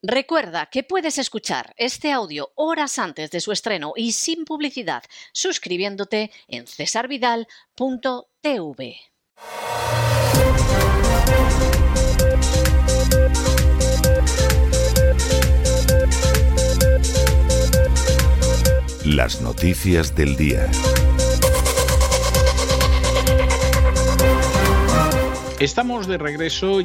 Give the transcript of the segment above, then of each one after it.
Recuerda que puedes escuchar este audio horas antes de su estreno y sin publicidad suscribiéndote en cesarvidal.tv. Las noticias del día. Estamos de regreso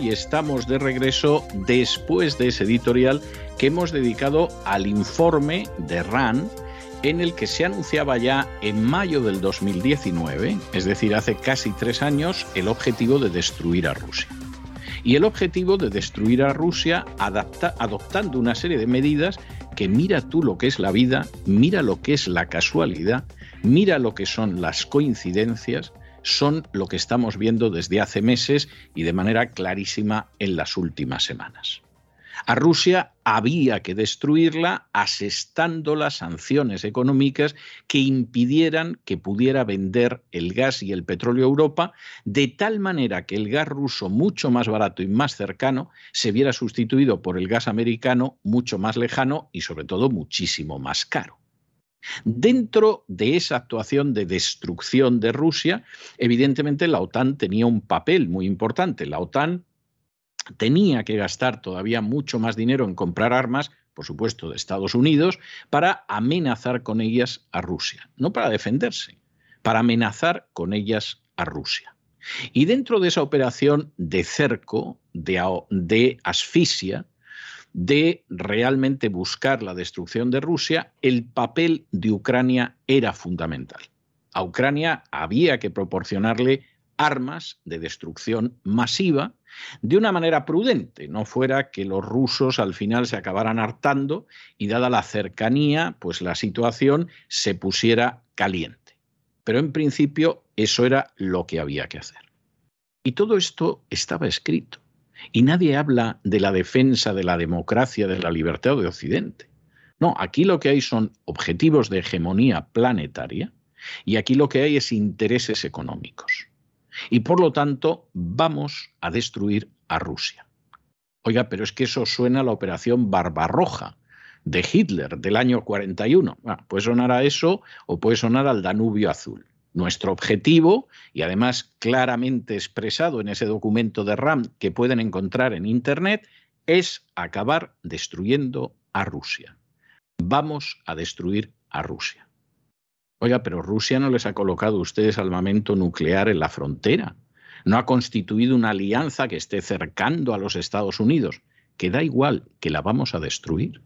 después de ese editorial que hemos dedicado al informe de RAND, en el que se anunciaba ya en mayo del 2019, es decir, hace casi 3 años, el objetivo de destruir a Rusia. Y el objetivo de destruir a Rusia adoptando una serie de medidas que mira tú lo que es la vida, mira lo que es la casualidad, mira lo que son las coincidencias, son lo que estamos viendo desde hace meses y de manera clarísima en las últimas semanas. A Rusia había que destruirla asestando las sanciones económicas que impidieran que pudiera vender el gas y el petróleo a Europa, de tal manera que el gas ruso, mucho más barato y más cercano, se viera sustituido por el gas americano, mucho más lejano y sobre todo muchísimo más caro. Dentro de esa actuación de destrucción de Rusia, evidentemente la OTAN tenía un papel muy importante. La OTAN tenía que gastar todavía mucho más dinero en comprar armas, por supuesto de Estados Unidos, para amenazar con ellas a Rusia. No para defenderse, para amenazar con ellas a Rusia. Y dentro de esa operación de cerco, de asfixia, de realmente buscar la destrucción de Rusia, el papel de Ucrania era fundamental. A Ucrania había que proporcionarle armas de destrucción masiva de una manera prudente, no fuera que los rusos al final se acabaran hartando y dada la cercanía, pues la situación se pusiera caliente. Pero en principio eso era lo que había que hacer. Y todo esto estaba escrito. Y nadie habla de la defensa de la democracia, de la libertad de Occidente. No, aquí lo que hay son objetivos de hegemonía planetaria y aquí lo que hay es intereses económicos. Y por lo tanto vamos a destruir a Rusia. Oiga, pero es que eso suena a la operación Barbarroja de Hitler del año 41. Puede sonar a eso o puede sonar al Danubio Azul. Nuestro objetivo, y además claramente expresado en ese documento de RAM que pueden encontrar en Internet, es acabar destruyendo a Rusia. Vamos a destruir a Rusia. Oiga, pero Rusia no les ha colocado a ustedes armamento nuclear en la frontera. No ha constituido una alianza que esté cercando a los Estados Unidos. Que da igual, que la vamos a destruir.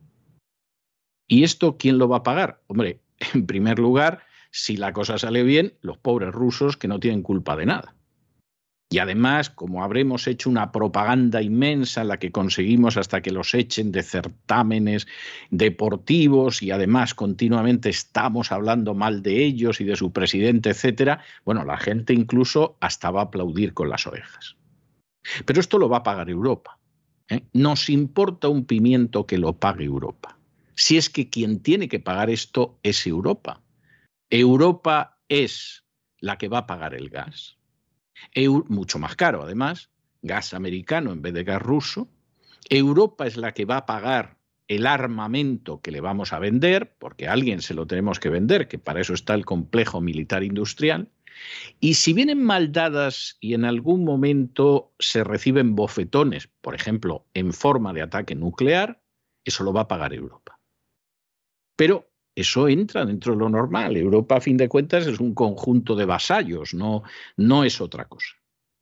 ¿Y esto quién lo va a pagar? Hombre, en primer lugar, si la cosa sale bien, los pobres rusos que no tienen culpa de nada. Y además, como habremos hecho una propaganda inmensa en la que conseguimos hasta que los echen de certámenes deportivos y además continuamente estamos hablando mal de ellos y de su presidente, etcétera, bueno, la gente incluso hasta va a aplaudir con las orejas. Pero esto lo va a pagar Europa. Nos importa un pimiento que lo pague Europa. Si es que quien tiene que pagar esto es Europa. Europa es la que va a pagar el gas. Mucho más caro, además, gas americano en vez de gas ruso. Europa es la que va a pagar el armamento que le vamos a vender, porque a alguien se lo tenemos que vender, que para eso está el complejo militar industrial. Y si vienen mal dadas y en algún momento se reciben bofetones, por ejemplo, en forma de ataque nuclear, eso lo va a pagar Europa. Pero eso entra dentro de lo normal. Europa, a fin de cuentas, es un conjunto de vasallos, no es otra cosa.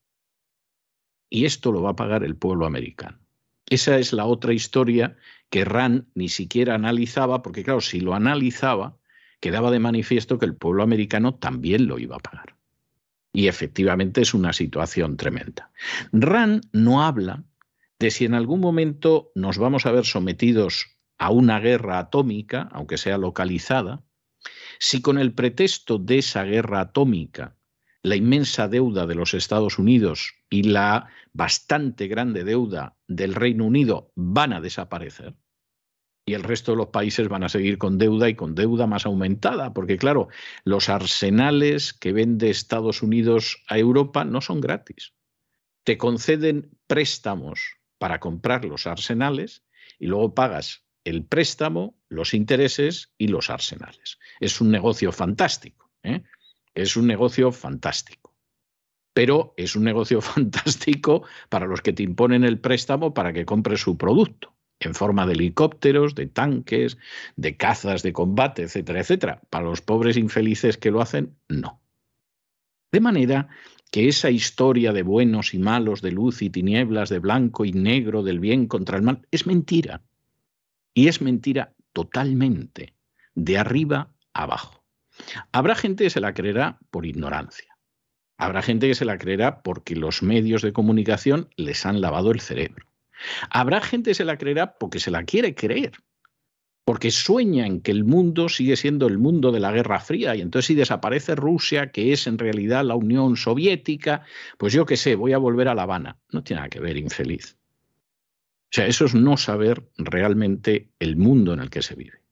Y esto lo va a pagar el pueblo americano. Esa es la otra historia que Rand ni siquiera analizaba, porque claro, si lo analizaba, quedaba de manifiesto que el pueblo americano también lo iba a pagar. Y efectivamente es una situación tremenda. Rand no habla de si en algún momento nos vamos a ver sometidos a una guerra atómica, aunque sea localizada, si con el pretexto de esa guerra atómica la inmensa deuda de los Estados Unidos y la bastante grande deuda del Reino Unido van a desaparecer y el resto de los países van a seguir con deuda y con deuda más aumentada, porque claro, los arsenales que vende Estados Unidos a Europa no son gratis. Te conceden préstamos para comprar los arsenales y luego pagas el préstamo, los intereses y los arsenales. Es un negocio fantástico, ¿eh? Es un negocio fantástico. Pero es un negocio fantástico para los que te imponen el préstamo para que compres su producto, en forma de helicópteros, de tanques, de cazas de combate, etcétera, etcétera. Para los pobres infelices que lo hacen, no. De manera que esa historia de buenos y malos, de luz y tinieblas, de blanco y negro, del bien contra el mal, es mentira. Y es mentira totalmente, de arriba a abajo. Habrá gente que se la creerá por ignorancia. Habrá gente que se la creerá porque los medios de comunicación les han lavado el cerebro. Habrá gente que se la creerá porque se la quiere creer, porque sueña en que el mundo sigue siendo el mundo de la Guerra Fría y entonces si desaparece Rusia, que es en realidad la Unión Soviética, pues yo qué sé, voy a volver a La Habana. No tiene nada que ver, infeliz. O sea, eso es no saber realmente el mundo en el que se vive.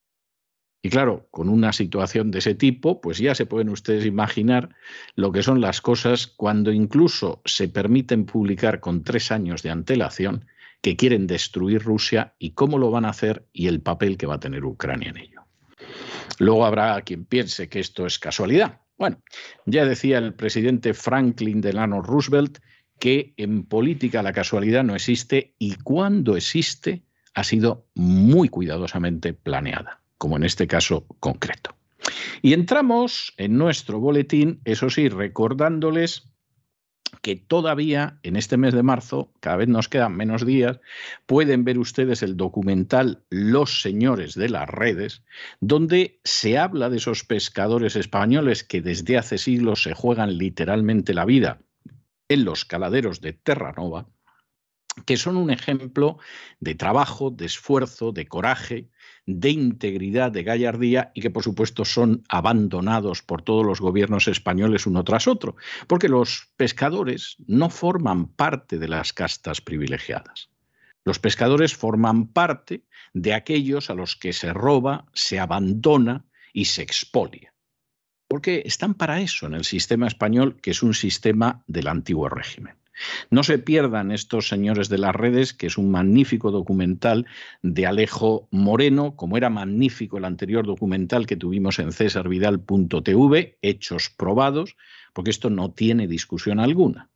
Y claro, con una situación de ese tipo, pues ya se pueden ustedes imaginar lo que son las cosas cuando incluso se permiten publicar con 3 años de antelación que quieren destruir Rusia y cómo lo van a hacer y el papel que va a tener Ucrania en ello. Luego habrá quien piense que esto es casualidad. Bueno, ya decía el presidente Franklin Delano Roosevelt que en política la casualidad no existe y cuando existe ha sido muy cuidadosamente planeada, como en este caso concreto. Y entramos en nuestro boletín, eso sí, recordándoles que todavía en este mes de marzo, cada vez nos quedan menos días, pueden ver ustedes el documental Los Señores de las Redes, donde se habla de esos pescadores españoles que desde hace siglos se juegan literalmente la vida en los caladeros de Terranova, que son un ejemplo de trabajo, de esfuerzo, de coraje, de integridad, de gallardía y que por supuesto son abandonados por todos los gobiernos españoles uno tras otro, porque los pescadores no forman parte de las castas privilegiadas. Los pescadores forman parte de aquellos a los que se roba, se abandona y se expolia. Porque están para eso en el sistema español, que es un sistema del antiguo régimen. No se pierdan estos Señores de las Redes, que es un magnífico documental de Alejo Moreno, como era magnífico el anterior documental que tuvimos en cesarvidal.tv, Hechos Probados, porque esto no tiene discusión alguna.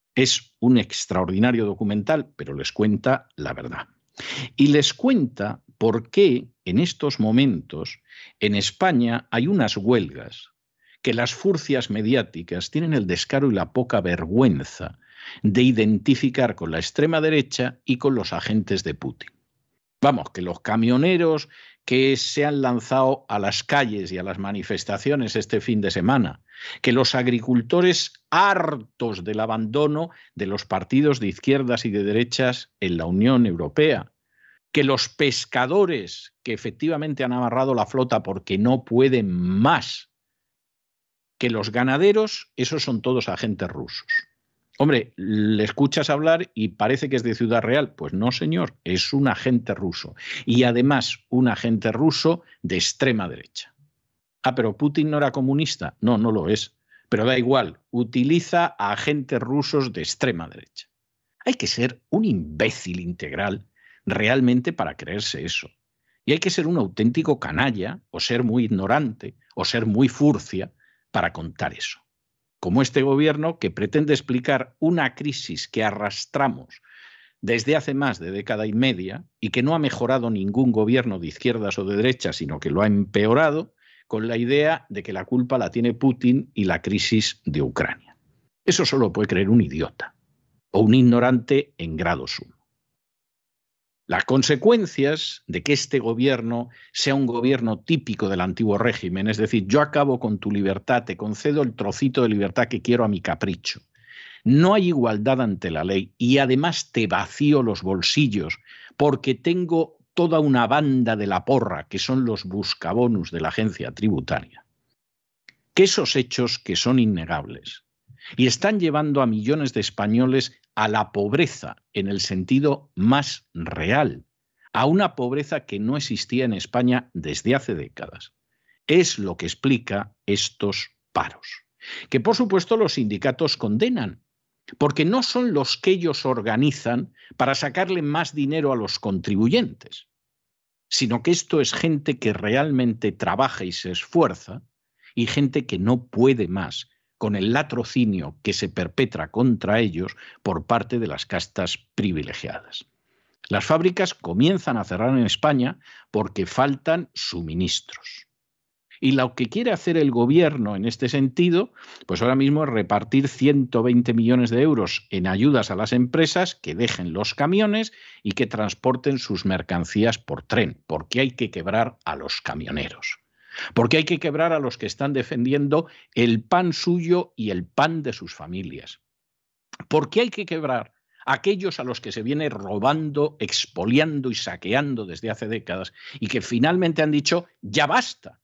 Es un extraordinario documental, pero les cuenta la verdad. Y les cuenta por qué en estos momentos en España hay unas huelgas que las furcias mediáticas tienen el descaro y la poca vergüenza de identificar con la extrema derecha y con los agentes de Putin. Vamos, que los camioneros que se han lanzado a las calles y a las manifestaciones este fin de semana, que los agricultores hartos del abandono de los partidos de izquierdas y de derechas en la Unión Europea, que los pescadores que efectivamente han amarrado la flota porque no pueden más, que los ganaderos, esos son todos agentes rusos. Hombre, le escuchas hablar y parece que es de Ciudad Real. Pues no, señor, es un agente ruso. Y además un agente ruso de extrema derecha. Ah, pero Putin no era comunista. No, no lo es. Pero da igual, utiliza a agentes rusos de extrema derecha. Hay que ser un imbécil integral realmente para creerse eso. Y hay que ser un auténtico canalla, o ser muy ignorante, o ser muy furcia para contar eso. Como este gobierno que pretende explicar una crisis que arrastramos desde hace más de década y media y que no ha mejorado ningún gobierno de izquierdas o de derechas, sino que lo ha empeorado con la idea de que la culpa la tiene Putin y la crisis de Ucrania. Eso solo puede creer un idiota o un ignorante en grado sumo. Las consecuencias de que este gobierno sea un gobierno típico del antiguo régimen, es decir, yo acabo con tu libertad, te concedo el trocito de libertad que quiero a mi capricho. No hay igualdad ante la ley y además te vacío los bolsillos porque tengo toda una banda de la porra que son los buscabonus de la agencia tributaria. Que esos hechos que son innegables y están llevando a millones de españoles a la pobreza en el sentido más real, a una pobreza que no existía en España desde hace décadas. Es lo que explica estos paros, que por supuesto los sindicatos condenan, porque no son los que ellos organizan para sacarle más dinero a los contribuyentes, sino que esto es gente que realmente trabaja y se esfuerza y gente que no puede más con el latrocinio que se perpetra contra ellos por parte de las castas privilegiadas. Las fábricas comienzan a cerrar en España porque faltan suministros. Y lo que quiere hacer el gobierno en este sentido, pues ahora mismo es repartir 120 millones de euros en ayudas a las empresas que dejen los camiones y que transporten sus mercancías por tren, porque hay que quebrar a los camioneros. Porque hay que quebrar a los que están defendiendo el pan suyo y el pan de sus familias. Porque hay que quebrar a aquellos a los que se viene robando, expoliando y saqueando desde hace décadas y que finalmente han dicho ya basta,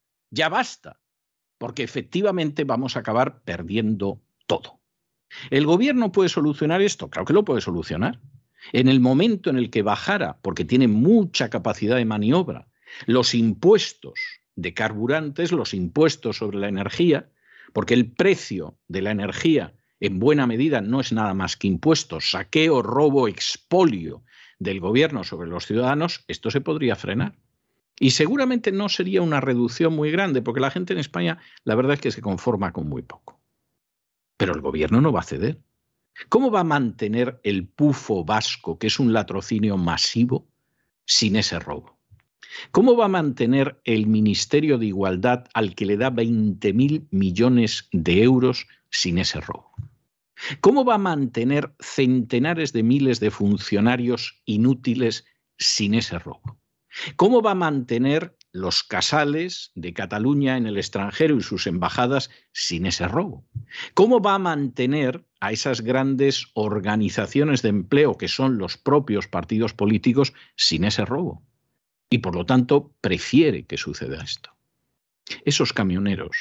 porque efectivamente vamos a acabar perdiendo todo. ¿El gobierno puede solucionar esto? Claro que lo puede solucionar. En el momento en el que bajara, porque tiene mucha capacidad de maniobra, los impuestos de carburantes, los impuestos sobre la energía, porque el precio de la energía en buena medida no es nada más que impuestos, saqueo, robo, expolio del gobierno sobre los ciudadanos, esto se podría frenar. Y seguramente no sería una reducción muy grande, porque la gente en España la verdad es que se conforma con muy poco. Pero el gobierno no va a ceder. ¿Cómo va a mantener el pufo vasco, que es un latrocinio masivo, sin ese robo? ¿Cómo va a mantener el Ministerio de Igualdad al que le da 20.000 millones de euros sin ese robo? ¿Cómo va a mantener centenares de miles de funcionarios inútiles sin ese robo? ¿Cómo va a mantener los casales de Cataluña en el extranjero y sus embajadas sin ese robo? ¿Cómo va a mantener a esas grandes organizaciones de empleo que son los propios partidos políticos sin ese robo? Y por lo tanto prefiere que suceda esto. Esos camioneros,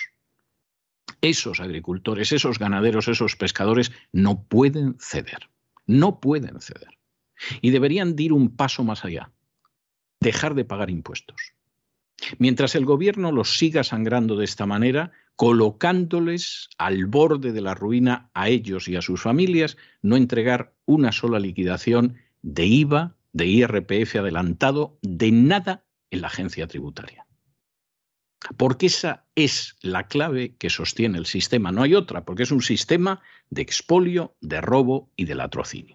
esos agricultores, esos ganaderos, esos pescadores no pueden ceder. No pueden ceder. Y deberían ir un paso más allá. Dejar de pagar impuestos. Mientras el gobierno los siga sangrando de esta manera, colocándoles al borde de la ruina a ellos y a sus familias, no entregar una sola liquidación de IVA, de IRPF adelantado, de nada en la agencia tributaria. Porque esa es la clave que sostiene el sistema, no hay otra, porque es un sistema de expolio, de robo y de latrocinio.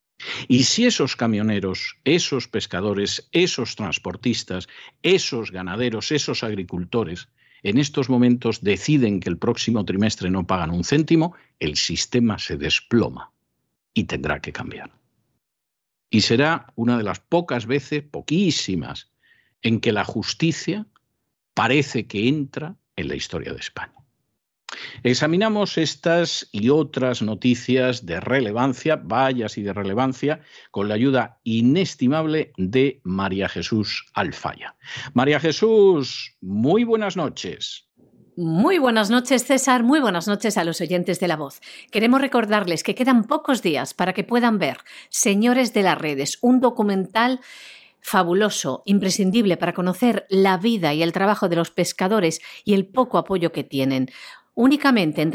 Y si esos camioneros, esos pescadores, esos transportistas, esos ganaderos, esos agricultores, en estos momentos deciden que el próximo trimestre no pagan un céntimo, el sistema se desploma y tendrá que cambiar. Y será una de las pocas veces, poquísimas, en que la justicia parece que entra en la historia de España. Examinamos estas y otras noticias de relevancia, vallas y de relevancia, con la ayuda inestimable de María Jesús Alfaya. María Jesús, muy buenas noches. Muy buenas noches, César. Muy buenas noches a los oyentes de La Voz. Queremos recordarles que quedan pocos días para que puedan ver Señores de las Redes, un documental fabuloso, imprescindible para conocer la vida y el trabajo de los pescadores y el poco apoyo que tienen. Únicamente en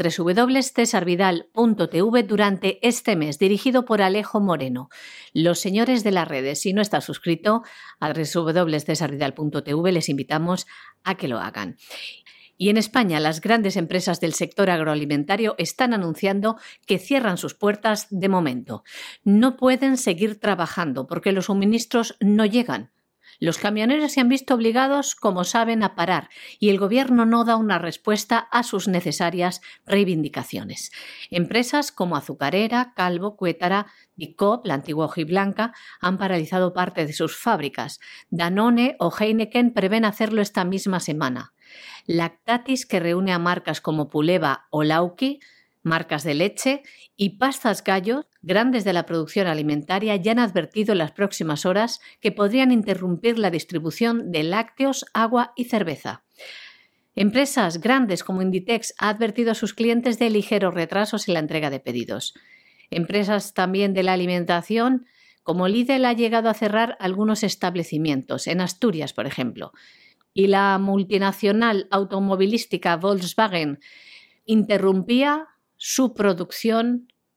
www.cesarvidal.tv durante este mes, dirigido por Alejo Moreno. Los Señores de las Redes, si no estás suscrito a www.cesarvidal.tv, les invitamos a que lo hagan. Y en España, las grandes empresas del sector agroalimentario están anunciando que cierran sus puertas de momento. No pueden seguir trabajando porque los suministros no llegan. Los camioneros se han visto obligados, como saben, a parar y el gobierno no da una respuesta a sus necesarias reivindicaciones. Empresas como Azucarera, Calvo, Cuétara, Dicop, la antigua Hojiblanca, han paralizado parte de sus fábricas. Danone o Heineken prevén hacerlo esta misma semana. Lactatis, que reúne a marcas como Puleva o Lauki, marcas de leche, y Pastas Gallo, grandes de la producción alimentaria, ya han advertido en las próximas horas que podrían interrumpir la distribución de lácteos, agua y cerveza. Empresas grandes como Inditex ha advertido a sus clientes de ligeros retrasos en la entrega de pedidos. Empresas también de la alimentación como Lidl ha llegado a cerrar algunos establecimientos, en Asturias, por ejemplo. Y la multinacional automovilística Volkswagen interrumpía su producción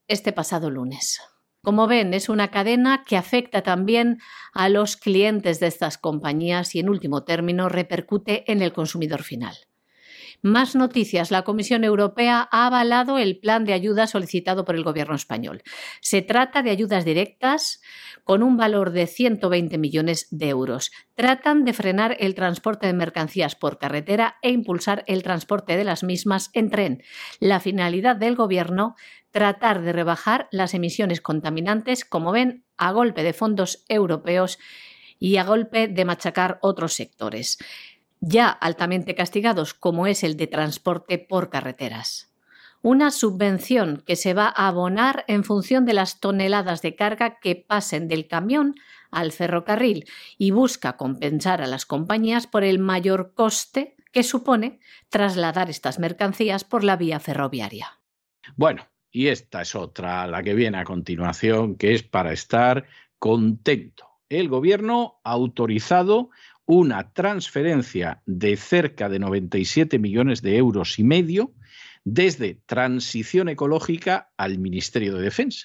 este pasado lunes. Como ven, es una cadena que afecta también a los clientes de estas compañías y, en último término, repercute en el consumidor final. Más noticias. La Comisión Europea ha avalado el plan de ayuda solicitado por el Gobierno español. Se trata de ayudas directas con un valor de 120 millones de euros. Tratan de frenar el transporte de mercancías por carretera e impulsar el transporte de las mismas en tren. La finalidad del Gobierno, tratar de rebajar las emisiones contaminantes, como ven, a golpe de fondos europeos y a golpe de machacar otros sectores ya altamente castigados, como es el de transporte por carreteras. Una subvención que se va a abonar en función de las toneladas de carga que pasen del camión al ferrocarril y busca compensar a las compañías por el mayor coste que supone trasladar estas mercancías por la vía ferroviaria. Bueno, y esta es otra, la que viene a continuación, que es para estar contento. El Gobierno ha autorizado una transferencia de cerca de 97 millones de euros y medio desde Transición Ecológica al Ministerio de Defensa.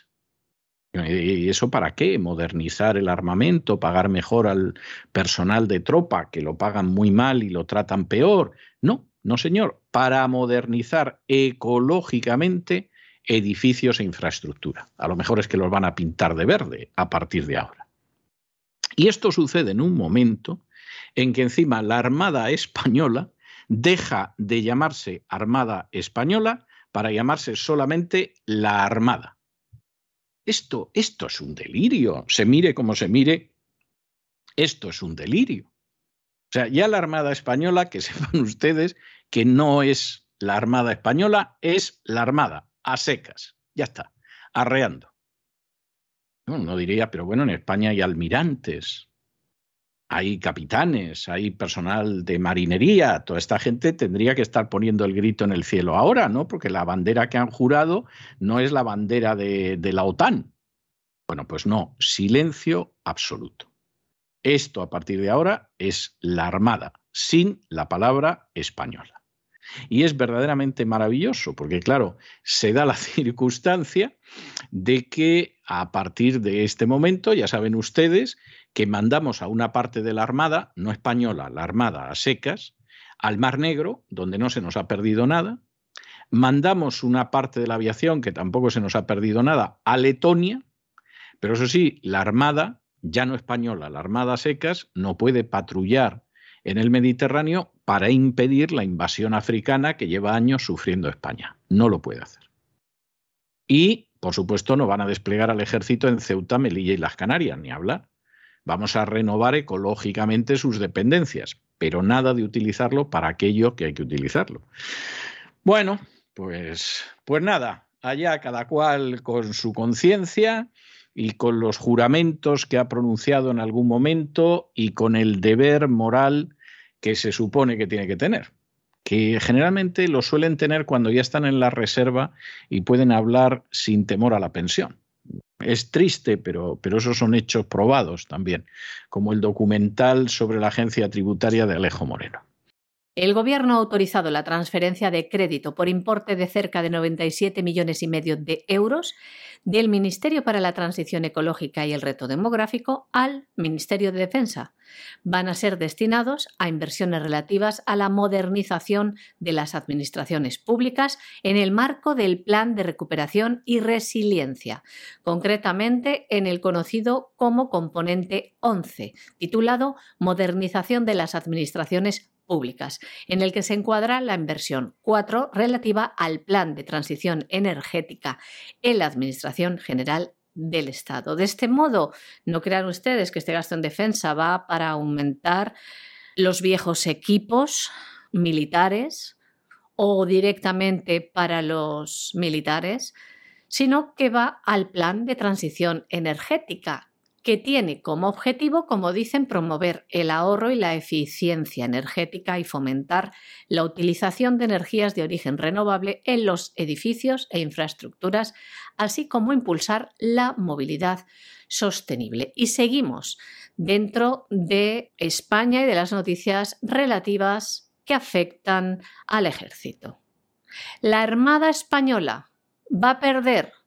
¿Y eso para qué? ¿Modernizar el armamento? ¿Pagar mejor al personal de tropa, que lo pagan muy mal y lo tratan peor? No, no señor. Para modernizar ecológicamente edificios e infraestructura. A lo mejor es que los van a pintar de verde a partir de ahora. Y esto sucede en un momento en que encima la Armada Española deja de llamarse Armada Española para llamarse solamente la Armada. Esto es un delirio. Se mire como se mire, esto es un delirio. O sea, ya la Armada Española, que sepan ustedes que no es la Armada Española, es la Armada, a secas. Ya está, arreando. No diría, pero bueno, en España hay almirantes, hay capitanes, hay personal de marinería. Toda esta gente tendría que estar poniendo el grito en el cielo ahora, ¿no? Porque la bandera que han jurado no es la bandera de la OTAN. Bueno, pues no, silencio absoluto. Esto a partir de ahora es la Armada, sin la palabra española. Y es verdaderamente maravilloso, porque claro, se da la circunstancia de que a partir de este momento, ya saben ustedes, que mandamos a una parte de la Armada, no española, la Armada a secas, al Mar Negro, donde no se nos ha perdido nada. Mandamos una parte de la aviación, que tampoco se nos ha perdido nada, a Letonia, pero eso sí, la Armada, ya no española, la Armada a secas, no puede patrullar en el Mediterráneo para impedir la invasión africana que lleva años sufriendo España. No lo puede hacer. Y, por supuesto, no van a desplegar al ejército en Ceuta, Melilla y las Canarias, ni hablar. Vamos a renovar ecológicamente sus dependencias, pero nada de utilizarlo para aquello que hay que utilizarlo. Bueno, pues nada, allá cada cual con su conciencia y con los juramentos que ha pronunciado en algún momento y con el deber moral que se supone que tiene que tener, que generalmente lo suelen tener cuando ya están en la reserva y pueden hablar sin temor a la pensión. Es triste, pero esos son hechos probados también, como el documental sobre la agencia tributaria de Alejo Moreno. El Gobierno ha autorizado la transferencia de crédito por importe de cerca de 97 millones y medio de euros del Ministerio para la Transición Ecológica y el Reto Demográfico al Ministerio de Defensa. Van a ser destinados a inversiones relativas a la modernización de las administraciones públicas en el marco del Plan de Recuperación y Resiliencia, concretamente en el conocido como Componente 11, titulado Modernización de las Administraciones Públicas, en el que se encuadra la inversión 4 relativa al Plan de Transición Energética en la Administración General del Estado. De este modo, no crean ustedes que este gasto en defensa va para aumentar los viejos equipos militares o directamente para los militares, sino que va al Plan de Transición Energética, que tiene como objetivo, como dicen, promover el ahorro y la eficiencia energética y fomentar la utilización de energías de origen renovable en los edificios e infraestructuras, así como impulsar la movilidad sostenible. Y seguimos dentro de España y de las noticias relativas que afectan al ejército. La Armada Española va a perder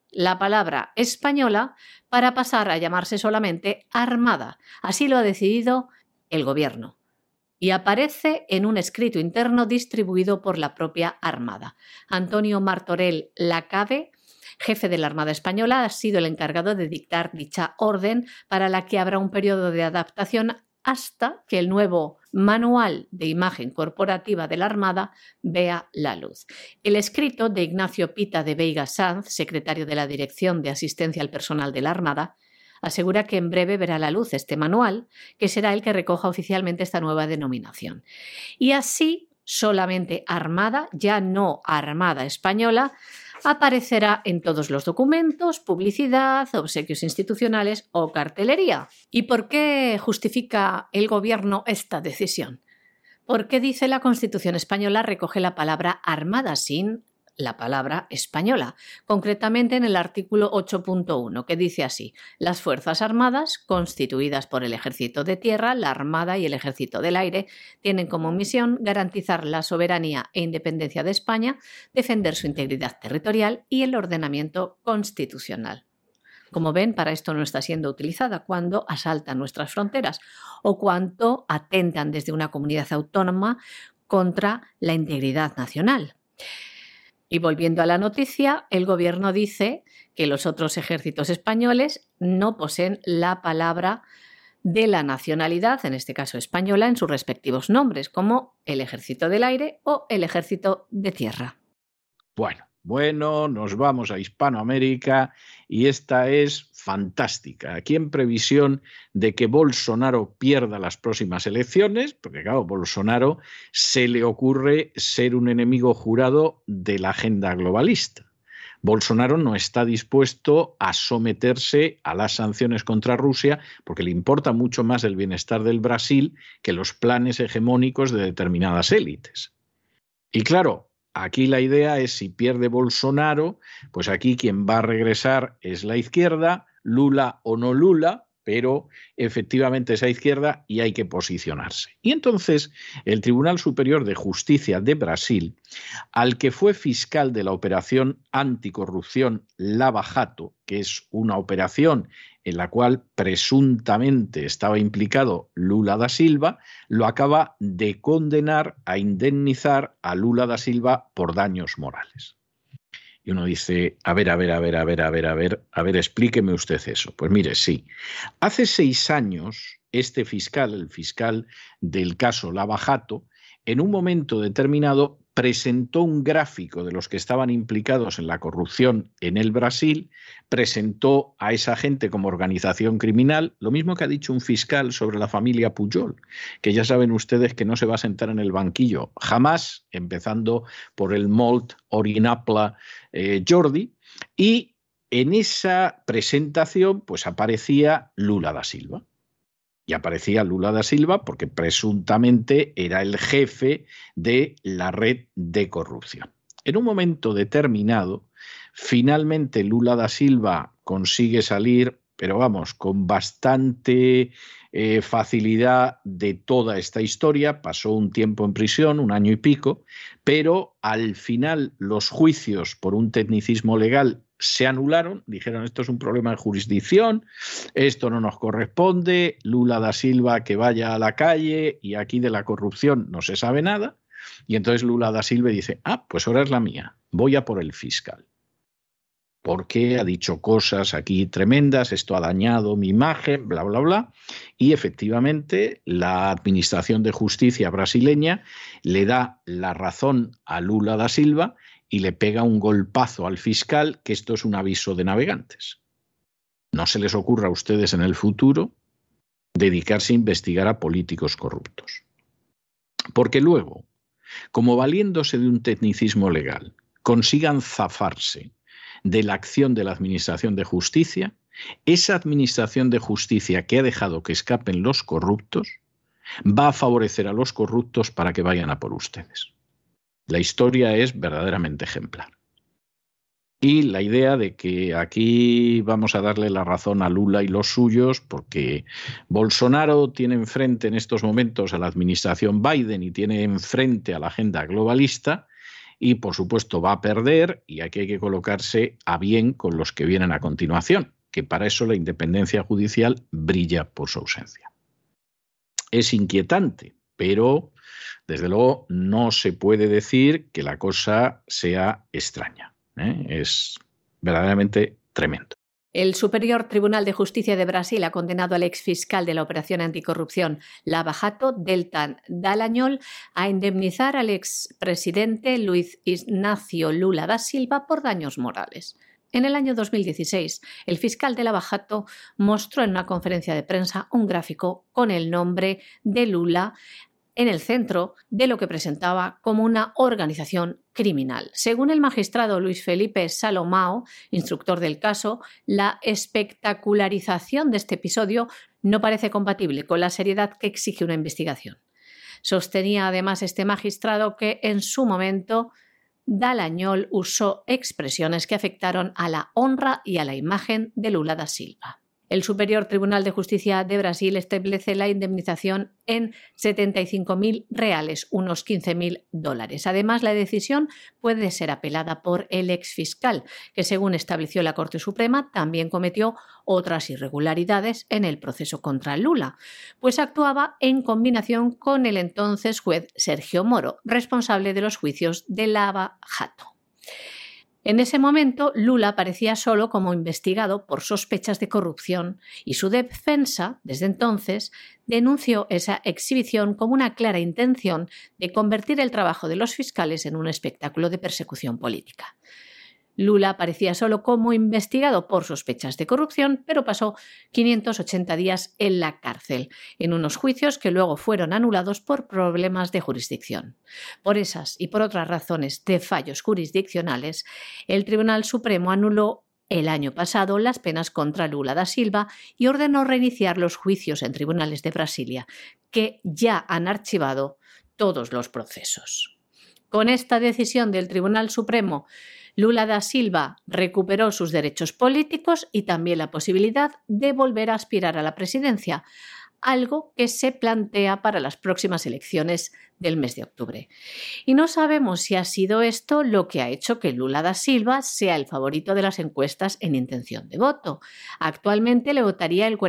la palabra española para pasar a llamarse solamente Armada. Así lo ha decidido el gobierno. Y aparece en un escrito interno distribuido por la propia Armada. Antonio Martorell Lacabe, jefe de la Armada Española, ha sido el encargado de dictar dicha orden, para la que habrá un periodo de adaptación hasta que el nuevo Manual de Imagen Corporativa de la Armada vea la luz. El escrito de Ignacio Pita de Veiga Sanz, secretario de la Dirección de Asistencia al Personal de la Armada, asegura que en breve verá la luz este manual, que será el que recoja oficialmente esta nueva denominación. Y así, solamente Armada, ya no Armada Española, aparecerá en todos los documentos, publicidad, obsequios institucionales o cartelería. ¿Y por qué justifica el gobierno esta decisión? Porque dice la Constitución española recoge la palabra Armada sin la palabra española, concretamente en el artículo 8.1, que dice así: las Fuerzas Armadas, constituidas por el Ejército de Tierra, la Armada y el Ejército del Aire, tienen como misión garantizar la soberanía e independencia de España, defender su integridad territorial y el ordenamiento constitucional. Como ven, para esto no está siendo utilizada cuando asaltan nuestras fronteras o cuando atentan desde una comunidad autónoma contra la integridad nacional. Y volviendo a la noticia, el gobierno dice que los otros ejércitos españoles no poseen la palabra de la nacionalidad, en este caso española, en sus respectivos nombres, como el Ejército del Aire o el Ejército de Tierra. Bueno, nos vamos a Hispanoamérica y esta es fantástica. Aquí en previsión de que Bolsonaro pierda las próximas elecciones, porque claro, Bolsonaro se le ocurre ser un enemigo jurado de la agenda globalista. Bolsonaro no está dispuesto a someterse a las sanciones contra Rusia porque le importa mucho más el bienestar del Brasil que los planes hegemónicos de determinadas élites. Y claro, aquí la idea es, si pierde Bolsonaro, pues aquí quien va a regresar es la izquierda, Lula o no Lula, pero efectivamente esa izquierda y hay que posicionarse. Y entonces el Tribunal Superior de Justicia de Brasil, al que fue fiscal de la operación anticorrupción Lava Jato, que es una operación en la cual presuntamente estaba implicado Lula da Silva, lo acaba de condenar a indemnizar a Lula da Silva por daños morales. Y uno dice, a ver, explíqueme usted eso. Pues mire, sí. Hace 6 años, este fiscal, el fiscal del caso Lava Jato, en un momento determinado presentó un gráfico de los que estaban implicados en la corrupción en el Brasil, presentó a esa gente como organización criminal, lo mismo que ha dicho un fiscal sobre la familia Pujol, que ya saben ustedes que no se va a sentar en el banquillo jamás, empezando por el Molt Orinapla Jordi, y en esa presentación pues aparecía Lula da Silva. Y aparecía Lula da Silva porque presuntamente era el jefe de la red de corrupción. En un momento determinado, finalmente Lula da Silva consigue salir, pero vamos, con bastante facilidad de toda esta historia. Pasó un tiempo en prisión, 1 año y pico, pero al final los juicios por un tecnicismo legal se anularon, dijeron esto es un problema de jurisdicción, esto no nos corresponde, Lula da Silva que vaya a la calle y aquí de la corrupción no se sabe nada. Y entonces Lula da Silva dice, pues ahora es la mía, voy a por el fiscal. Porque ha dicho cosas aquí tremendas, esto ha dañado mi imagen, bla, bla, bla. Y efectivamente la Administración de Justicia brasileña le da la razón a Lula da Silva y le pega un golpazo al fiscal, que esto es un aviso de navegantes. No se les ocurra a ustedes en el futuro dedicarse a investigar a políticos corruptos. Porque luego, como valiéndose de un tecnicismo legal, consigan zafarse de la acción de la Administración de Justicia, esa Administración de Justicia que ha dejado que escapen los corruptos, va a favorecer a los corruptos para que vayan a por ustedes. La historia es verdaderamente ejemplar. Y la idea de que aquí vamos a darle la razón a Lula y los suyos, porque Bolsonaro tiene enfrente en estos momentos a la administración Biden y tiene enfrente a la agenda globalista, y, por supuesto, va a perder, y aquí hay que colocarse a bien con los que vienen a continuación, que para eso la independencia judicial brilla por su ausencia. Es inquietante, pero desde luego no se puede decir que la cosa sea extraña. Es verdaderamente tremendo. El Superior Tribunal de Justicia de Brasil ha condenado al exfiscal de la Operación Anticorrupción Lava Jato, Deltan Dallagnol, a indemnizar al expresidente Luiz Inácio Lula da Silva por daños morales. En el año 2016, el fiscal de Lava Jato mostró en una conferencia de prensa un gráfico con el nombre de Lula en el centro de lo que presentaba como una organización criminal. Según el magistrado Luis Felipe Salomão, instructor del caso, la espectacularización de este episodio no parece compatible con la seriedad que exige una investigación. Sostenía además este magistrado que en su momento Dallagnol usó expresiones que afectaron a la honra y a la imagen de Lula da Silva. El Superior Tribunal de Justicia de Brasil establece la indemnización en 75.000 reales, unos $15.000. Además, la decisión puede ser apelada por el exfiscal, que según estableció la Corte Suprema, también cometió otras irregularidades en el proceso contra Lula, pues actuaba en combinación con el entonces juez Sergio Moro, responsable de los juicios de Lava Jato. En ese momento, Lula aparecía solo como investigado por sospechas de corrupción y su defensa, desde entonces, denunció esa exhibición como una clara intención de convertir el trabajo de los fiscales en un espectáculo de persecución política. Lula aparecía solo como investigado por sospechas de corrupción, pero pasó 580 días en la cárcel, en unos juicios que luego fueron anulados por problemas de jurisdicción. Por esas y por otras razones de fallos jurisdiccionales, el Tribunal Supremo anuló el año pasado las penas contra Lula da Silva y ordenó reiniciar los juicios en tribunales de Brasilia, que ya han archivado todos los procesos. Con esta decisión del Tribunal Supremo, Lula da Silva recuperó sus derechos políticos y también la posibilidad de volver a aspirar a la presidencia, algo que se plantea para las próximas elecciones del mes de octubre. Y no sabemos si ha sido esto lo que ha hecho que Lula da Silva sea el favorito de las encuestas en intención de voto. Actualmente le votaría el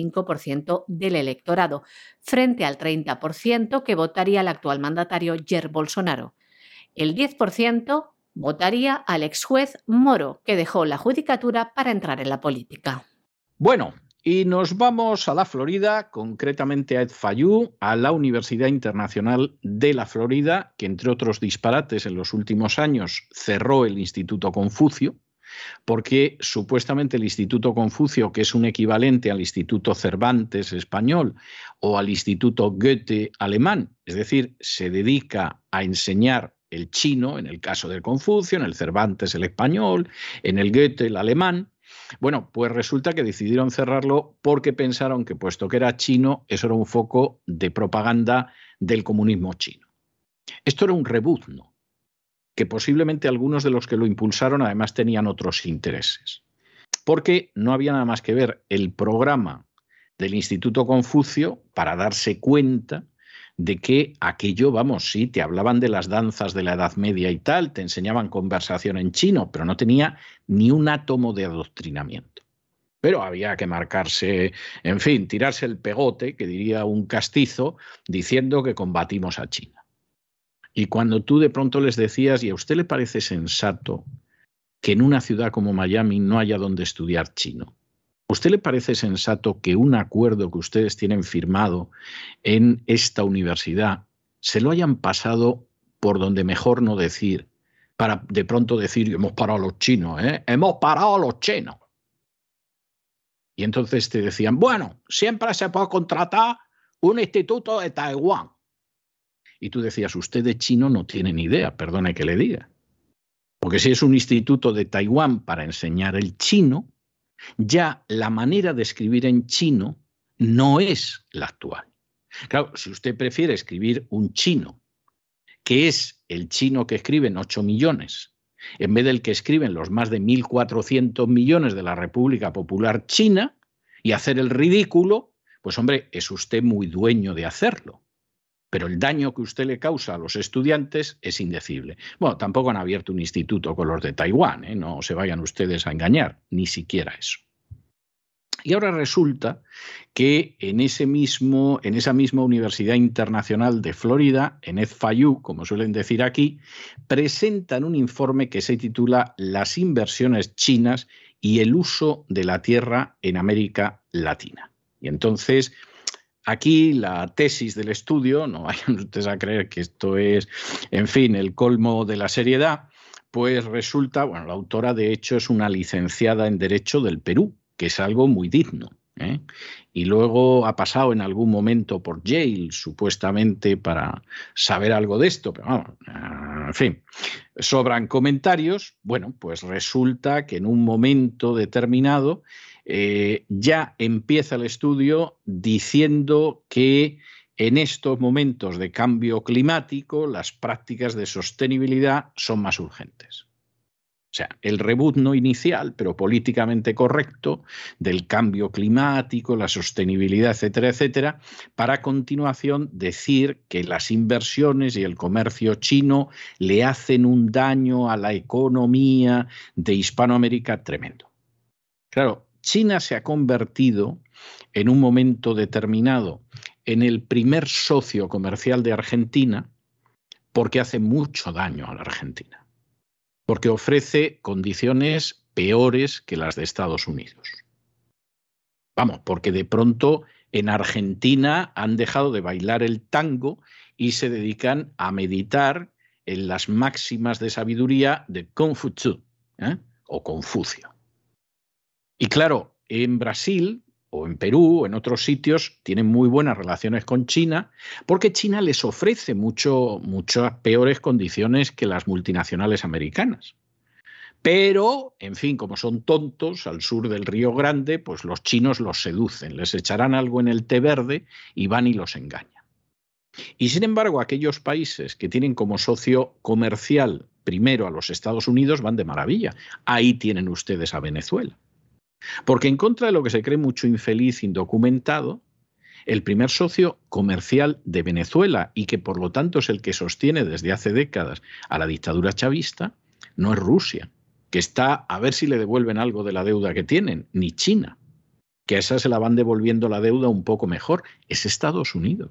45% del electorado, frente al 30% que votaría al actual mandatario Jair Bolsonaro. El 10% votaría al exjuez Moro, que dejó la judicatura para entrar en la política. Bueno, y nos vamos a la Florida, concretamente a Ed Fayou, a la Universidad Internacional de la Florida, que entre otros disparates en los últimos años cerró el Instituto Confucio, porque supuestamente el Instituto Confucio, que es un equivalente al Instituto Cervantes español o al Instituto Goethe alemán, es decir, se dedica a enseñar el chino, en el caso del Confucio, en el Cervantes el español, en el Goethe el alemán. Bueno, pues resulta que decidieron cerrarlo porque pensaron que, puesto que era chino, eso era un foco de propaganda del comunismo chino. Esto era un rebuzno, que posiblemente algunos de los que lo impulsaron además tenían otros intereses. Porque no había nada más que ver el programa del Instituto Confucio para darse cuenta de que aquello, vamos, sí, te hablaban de las danzas de la Edad Media y tal, te enseñaban conversación en chino, pero no tenía ni un átomo de adoctrinamiento. Pero había que marcarse, en fin, tirarse el pegote, que diría un castizo, diciendo que combatimos a China. Y cuando tú de pronto les decías, ¿y a usted le parece sensato que en una ciudad como Miami no haya donde estudiar chino? ¿A usted le parece sensato que un acuerdo que ustedes tienen firmado en esta universidad se lo hayan pasado por donde mejor no decir, para de pronto decir, hemos parado a los chinos, hemos parado a los chinos? Y entonces te decían, bueno, siempre se puede contratar un instituto de Taiwán. Y tú decías, usted de chino no tiene ni idea, perdone que le diga. Porque si es un instituto de Taiwán para enseñar el chino, ya la manera de escribir en chino no es la actual. Claro, si usted prefiere escribir un chino, que es el chino que escriben 8 millones, en vez del que escriben los más de 1.400 millones de la República Popular China, y hacer el ridículo, pues hombre, es usted muy dueño de hacerlo. pero el daño que usted le causa a los estudiantes es indecible. Bueno, tampoco han abierto un instituto con los de Taiwán, ¿eh? No se vayan ustedes a engañar, ni siquiera eso. Y ahora resulta que en esa misma Universidad Internacional de Florida, en FIU, como suelen decir aquí, presentan un informe que se titula Las inversiones chinas y el uso de la tierra en América Latina. Y entonces, aquí la tesis del estudio, no vayan ustedes a creer que esto es, en fin, el colmo de la seriedad, pues resulta, bueno, la autora de hecho es una licenciada en Derecho del Perú, que es algo muy digno, ¿eh? Y luego ha pasado en algún momento por Yale, supuestamente para saber algo de esto, pero vamos, en fin, sobran comentarios. Bueno, pues resulta que en un momento determinado ya empieza el estudio diciendo que en estos momentos de cambio climático las prácticas de sostenibilidad son más urgentes. O sea, el reboot no inicial, pero políticamente correcto, del cambio climático, la sostenibilidad, etcétera, etcétera, para a continuación decir que las inversiones y el comercio chino le hacen un daño a la economía de Hispanoamérica tremendo. Claro, China se ha convertido en un momento determinado en el primer socio comercial de Argentina porque hace mucho daño a la Argentina. Porque ofrece condiciones peores que las de Estados Unidos. Vamos, porque de pronto en Argentina han dejado de bailar el tango y se dedican a meditar en las máximas de sabiduría de Confucio, o Confucio. Y claro, en Brasil o en Perú o en otros sitios tienen muy buenas relaciones con China porque China les ofrece muchas peores condiciones que las multinacionales americanas. Pero, en fin, como son tontos al sur del Río Grande, pues los chinos los seducen, les echarán algo en el té verde y van y los engañan. Y sin embargo, aquellos países que tienen como socio comercial primero a los Estados Unidos van de maravilla. Ahí tienen ustedes a Venezuela. Porque en contra de lo que se cree mucho infeliz indocumentado, el primer socio comercial de Venezuela y que por lo tanto es el que sostiene desde hace décadas a la dictadura chavista, no es Rusia, que está a ver si le devuelven algo de la deuda que tienen, ni China, que a esa se la van devolviendo la deuda un poco mejor, es Estados Unidos.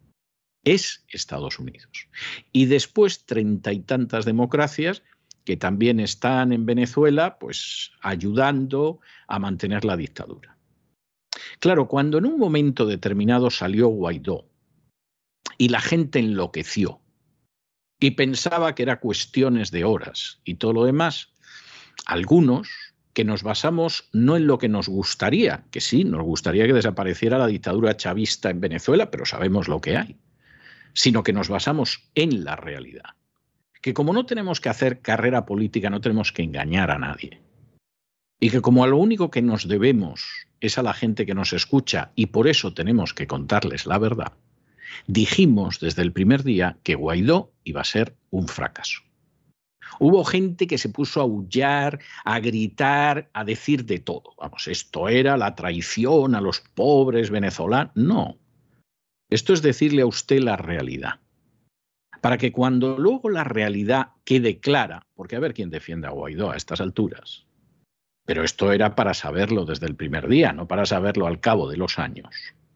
Es Estados Unidos. Y después 30 y tantas democracias que también están en Venezuela, pues ayudando a mantener la dictadura. Claro, cuando en un momento determinado salió Guaidó y la gente enloqueció y pensaba que era cuestiones de horas y todo lo demás, algunos que nos basamos no en lo que nos gustaría, que sí, nos gustaría que desapareciera la dictadura chavista en Venezuela, pero sabemos lo que hay, sino que nos basamos en la realidad. Que como no tenemos que hacer carrera política, no tenemos que engañar a nadie. Y que como a lo único que nos debemos es a la gente que nos escucha y por eso tenemos que contarles la verdad, dijimos desde el primer día que Guaidó iba a ser un fracaso. Hubo gente que se puso a aullar, a gritar, a decir de todo. Vamos, esto era la traición a los pobres venezolanos. No, esto es decirle a usted la realidad. Para que cuando luego la realidad quede clara, porque a ver quién defiende a Guaidó a estas alturas, pero esto era para saberlo desde el primer día, no para saberlo al cabo de los años.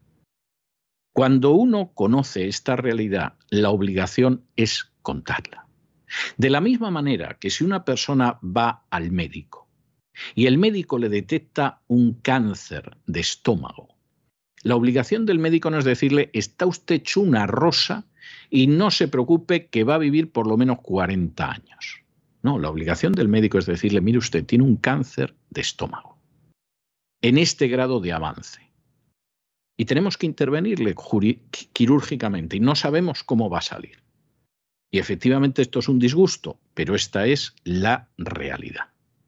Cuando uno conoce esta realidad, la obligación es contarla. De la misma manera que si una persona va al médico y el médico le detecta un cáncer de estómago, la obligación del médico no es decirle, está usted hecho una rosa y no se preocupe que va a vivir por lo menos 40 años. No, la obligación del médico es decirle, mire usted, tiene un cáncer de estómago en este grado de avance. Y tenemos que intervenirle quirúrgicamente y no sabemos cómo va a salir. Y efectivamente esto es un disgusto, pero esta es la realidad.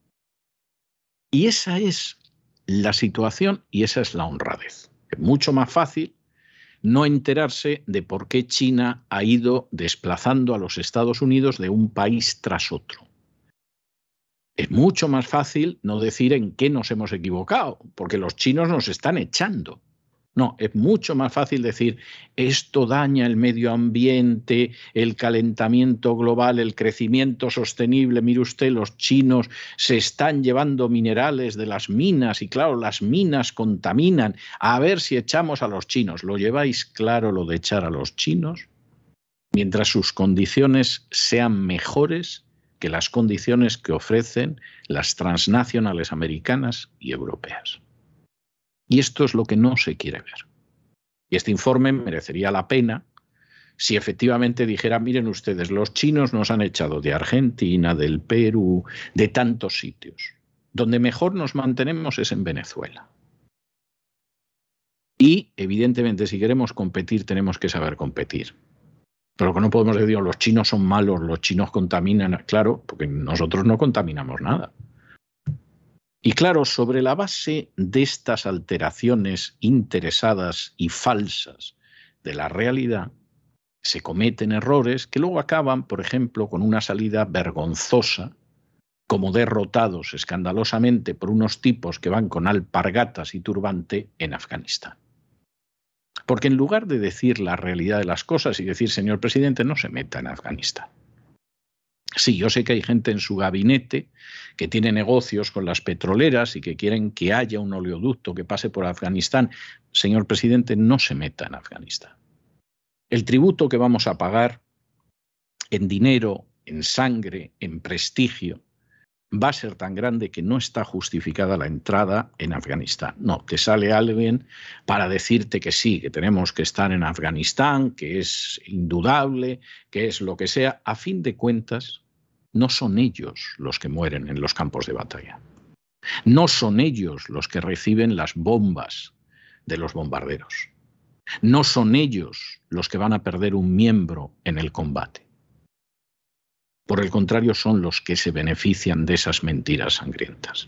Y esa es la situación y esa es la honradez. Es mucho más fácil no enterarse de por qué China ha ido desplazando a los Estados Unidos de un país tras otro. Es mucho más fácil no decir en qué nos hemos equivocado, porque los chinos nos están echando. No, es mucho más fácil decir esto daña el medio ambiente, el calentamiento global, el crecimiento sostenible. Mire usted, los chinos se están llevando minerales de las minas y claro, las minas contaminan. A ver si echamos a los chinos. ¿Lo lleváis claro lo de echar a los chinos? Mientras sus condiciones sean mejores que las condiciones que ofrecen las transnacionales americanas y europeas. Y esto es lo que no se quiere ver. Y este informe merecería la pena si efectivamente dijera, miren ustedes, los chinos nos han echado de Argentina, del Perú, de tantos sitios. Donde mejor nos mantenemos es en Venezuela. Y, evidentemente, si queremos competir, tenemos que saber competir. Pero lo que no podemos decir, los chinos son malos, los chinos contaminan. Claro, porque nosotros no contaminamos nada. Y claro, sobre la base de estas alteraciones interesadas y falsas de la realidad, se cometen errores que luego acaban, por ejemplo, con una salida vergonzosa, como derrotados escandalosamente por unos tipos que van con alpargatas y turbante en Afganistán. Porque en lugar de decir la realidad de las cosas y decir, señor presidente, no se meta en Afganistán. Sí, yo sé que hay gente en su gabinete que tiene negocios con las petroleras y que quieren que haya un oleoducto que pase por Afganistán. Señor presidente, no se meta en Afganistán. El tributo que vamos a pagar en dinero, en sangre, en prestigio, va a ser tan grande que no está justificada la entrada en Afganistán. No, te sale alguien para decirte que sí, que tenemos que estar en Afganistán, que es indudable, que es lo que sea. A fin de cuentas, no son ellos los que mueren en los campos de batalla. No son ellos los que reciben las bombas de los bombarderos. No son ellos los que van a perder un miembro en el combate. Por el contrario, son los que se benefician de esas mentiras sangrientas.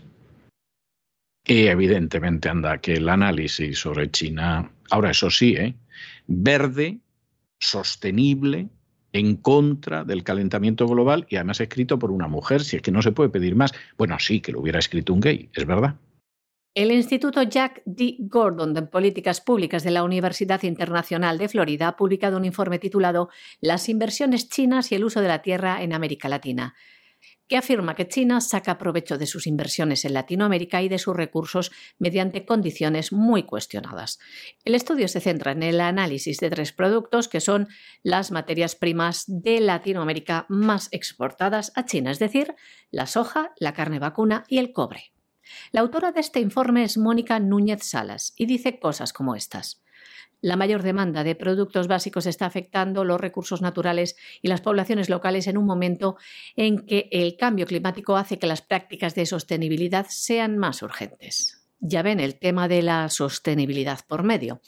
Y evidentemente anda que el análisis sobre China, ahora eso sí, verde, sostenible, en contra del calentamiento global y además escrito por una mujer, si es que no se puede pedir más. Bueno, sí, que lo hubiera escrito un gay, es verdad. El Instituto Jack D. Gordon de Políticas Públicas de la Universidad Internacional de Florida ha publicado un informe titulado Las inversiones chinas y el uso de la tierra en América Latina, que afirma que China saca provecho de sus inversiones en Latinoamérica y de sus recursos mediante condiciones muy cuestionadas. El estudio se centra en el análisis de 3 productos que son las materias primas de Latinoamérica más exportadas a China, es decir, la soja, la carne vacuna y el cobre. La autora de este informe es Mónica Núñez Salas y dice cosas como estas. La mayor demanda de productos básicos está afectando los recursos naturales y las poblaciones locales en un momento en que el cambio climático hace que las prácticas de sostenibilidad sean más urgentes. Ya ven el tema de la sostenibilidad por medio.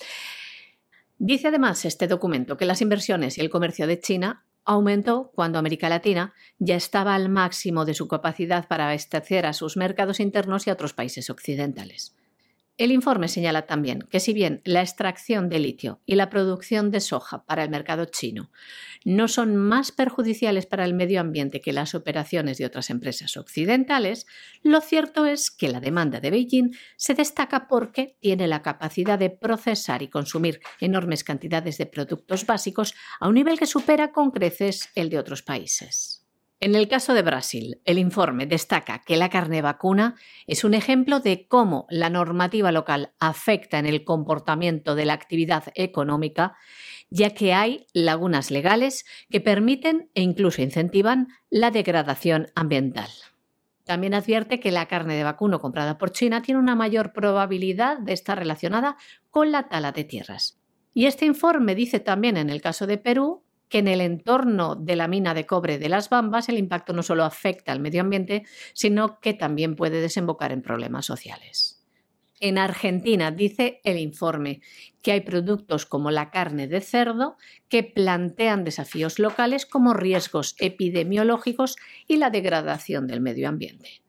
Dice además este documento que las inversiones y el comercio de China aumentó cuando América Latina ya estaba al máximo de su capacidad para abastecer a sus mercados internos y a otros países occidentales. El informe señala también que si bien la extracción de litio y la producción de soja para el mercado chino no son más perjudiciales para el medio ambiente que las operaciones de otras empresas occidentales, lo cierto es que la demanda de Beijing se destaca porque tiene la capacidad de procesar y consumir enormes cantidades de productos básicos a un nivel que supera con creces el de otros países. En el caso de Brasil, el informe destaca que la carne vacuna es un ejemplo de cómo la normativa local afecta en el comportamiento de la actividad económica, ya que hay lagunas legales que permiten e incluso incentivan la degradación ambiental. También advierte que la carne de vacuno comprada por China tiene una mayor probabilidad de estar relacionada con la tala de tierras. Y este informe dice también en el caso de Perú que en el entorno de la mina de cobre de Las Bambas el impacto no solo afecta al medio ambiente, sino que también puede desembocar en problemas sociales. En Argentina, dice el informe, que hay productos como la carne de cerdo que plantean desafíos locales como riesgos epidemiológicos y la degradación del medio ambiente.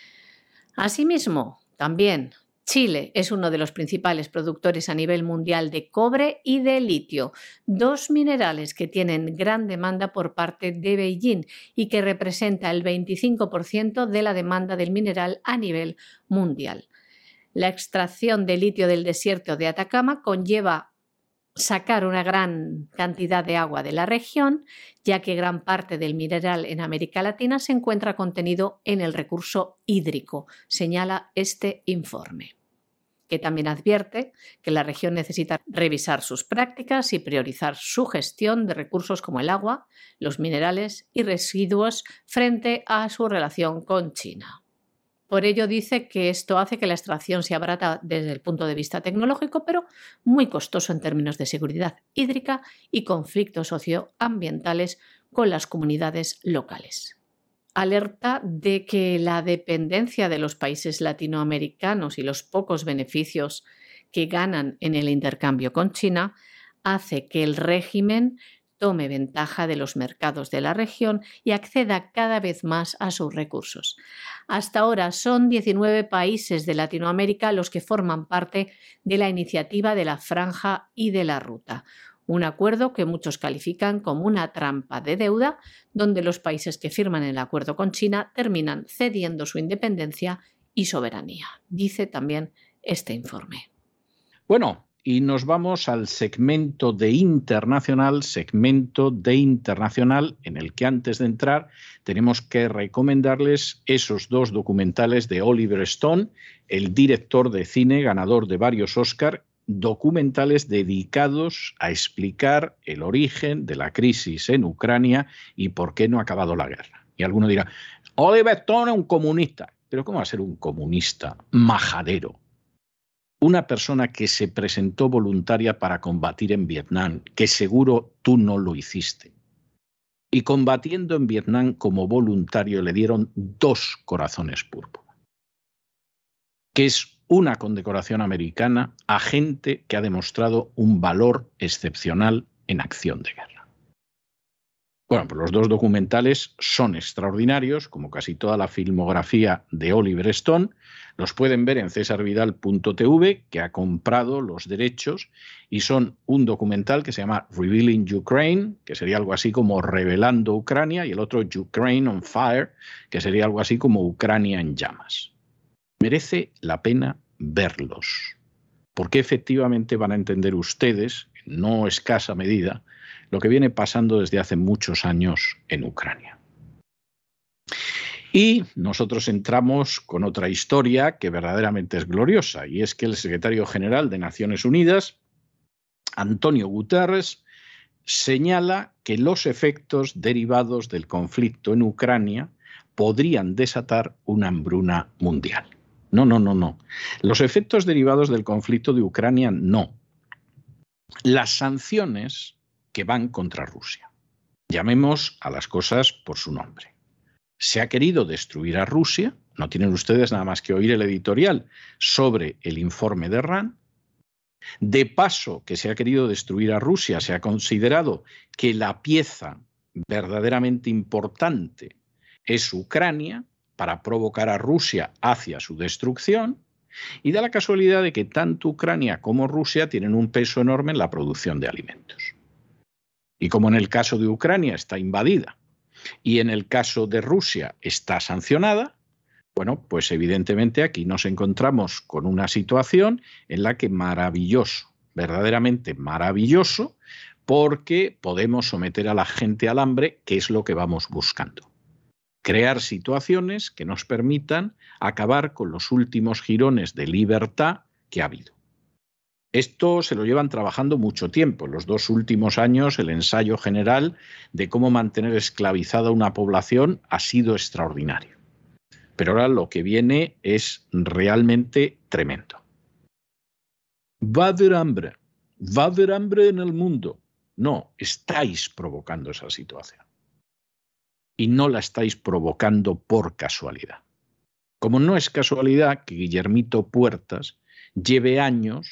Asimismo, también Chile es uno de los principales productores a nivel mundial de cobre y de litio, 2 minerales que tienen gran demanda por parte de Beijing y que representa el 25% de la demanda del mineral a nivel mundial. La extracción de litio del desierto de Atacama conlleva sacar una gran cantidad de agua de la región, ya que gran parte del mineral en América Latina se encuentra contenido en el recurso hídrico, señala este informe, que también advierte que la región necesita revisar sus prácticas y priorizar su gestión de recursos como el agua, los minerales y residuos frente a su relación con China. Por ello dice que esto hace que la extracción sea barata desde el punto de vista tecnológico, pero muy costoso en términos de seguridad hídrica y conflictos socioambientales con las comunidades locales. Alerta de que la dependencia de los países latinoamericanos y los pocos beneficios que ganan en el intercambio con China hace que el régimen tome ventaja de los mercados de la región y acceda cada vez más a sus recursos. Hasta ahora son 19 países de Latinoamérica los que forman parte de la iniciativa de la Franja y de la Ruta, un acuerdo que muchos califican como una trampa de deuda, donde los países que firman el acuerdo con China terminan cediendo su independencia y soberanía, dice también este informe. Bueno, y nos vamos al segmento de internacional, en el que antes de entrar tenemos que recomendarles esos dos documentales de Oliver Stone, el director de cine ganador de varios Oscar, documentales dedicados a explicar el origen de la crisis en Ucrania y por qué no ha acabado la guerra. Y alguno dirá, Oliver Stone es un comunista. ¿Pero cómo va a ser un comunista majadero? Una persona que se presentó voluntaria para combatir en Vietnam, que seguro tú no lo hiciste. Y combatiendo en Vietnam como voluntario le dieron 2 corazones púrpura, que es una condecoración americana a gente que ha demostrado un valor excepcional en acción de guerra. Bueno, pues los 2 documentales son extraordinarios, como casi toda la filmografía de Oliver Stone. Los pueden ver en cesarvidal.tv, que ha comprado los derechos, y son un documental que se llama Revealing Ukraine, que sería algo así como Revelando Ucrania, y el otro Ukraine on Fire, que sería algo así como Ucrania en llamas. Merece la pena verlos, porque efectivamente van a entender ustedes, en no escasa medida, lo que viene pasando desde hace muchos años en Ucrania. Y nosotros entramos con otra historia que verdaderamente es gloriosa, y es que el secretario general de Naciones Unidas, Antonio Guterres, señala que los efectos derivados del conflicto en Ucrania podrían desatar una hambruna mundial. No. Los efectos derivados del conflicto de Ucrania no. Las sanciones que van contra Rusia. Llamemos a las cosas por su nombre. Se ha querido destruir a Rusia, no tienen ustedes nada más que oír el editorial sobre el informe de RAND. De paso que se ha querido destruir a Rusia, se ha considerado que la pieza verdaderamente importante es Ucrania para provocar a Rusia hacia su destrucción, y da la casualidad de que tanto Ucrania como Rusia tienen un peso enorme en la producción de alimentos. Y como en el caso de Ucrania está invadida y en el caso de Rusia está sancionada, bueno, pues evidentemente aquí nos encontramos con una situación en la que maravilloso, verdaderamente maravilloso, porque podemos someter a la gente al hambre, que es lo que vamos buscando. Crear situaciones que nos permitan acabar con los últimos jirones de libertad que ha habido. Esto se lo llevan trabajando mucho tiempo. En los 2 últimos años, el ensayo general de cómo mantener esclavizada una población ha sido extraordinario. Pero ahora lo que viene es realmente tremendo. Va a haber hambre en el mundo. No, estáis provocando esa situación. Y no la estáis provocando por casualidad. Como no es casualidad que Guillermito Puertas lleve años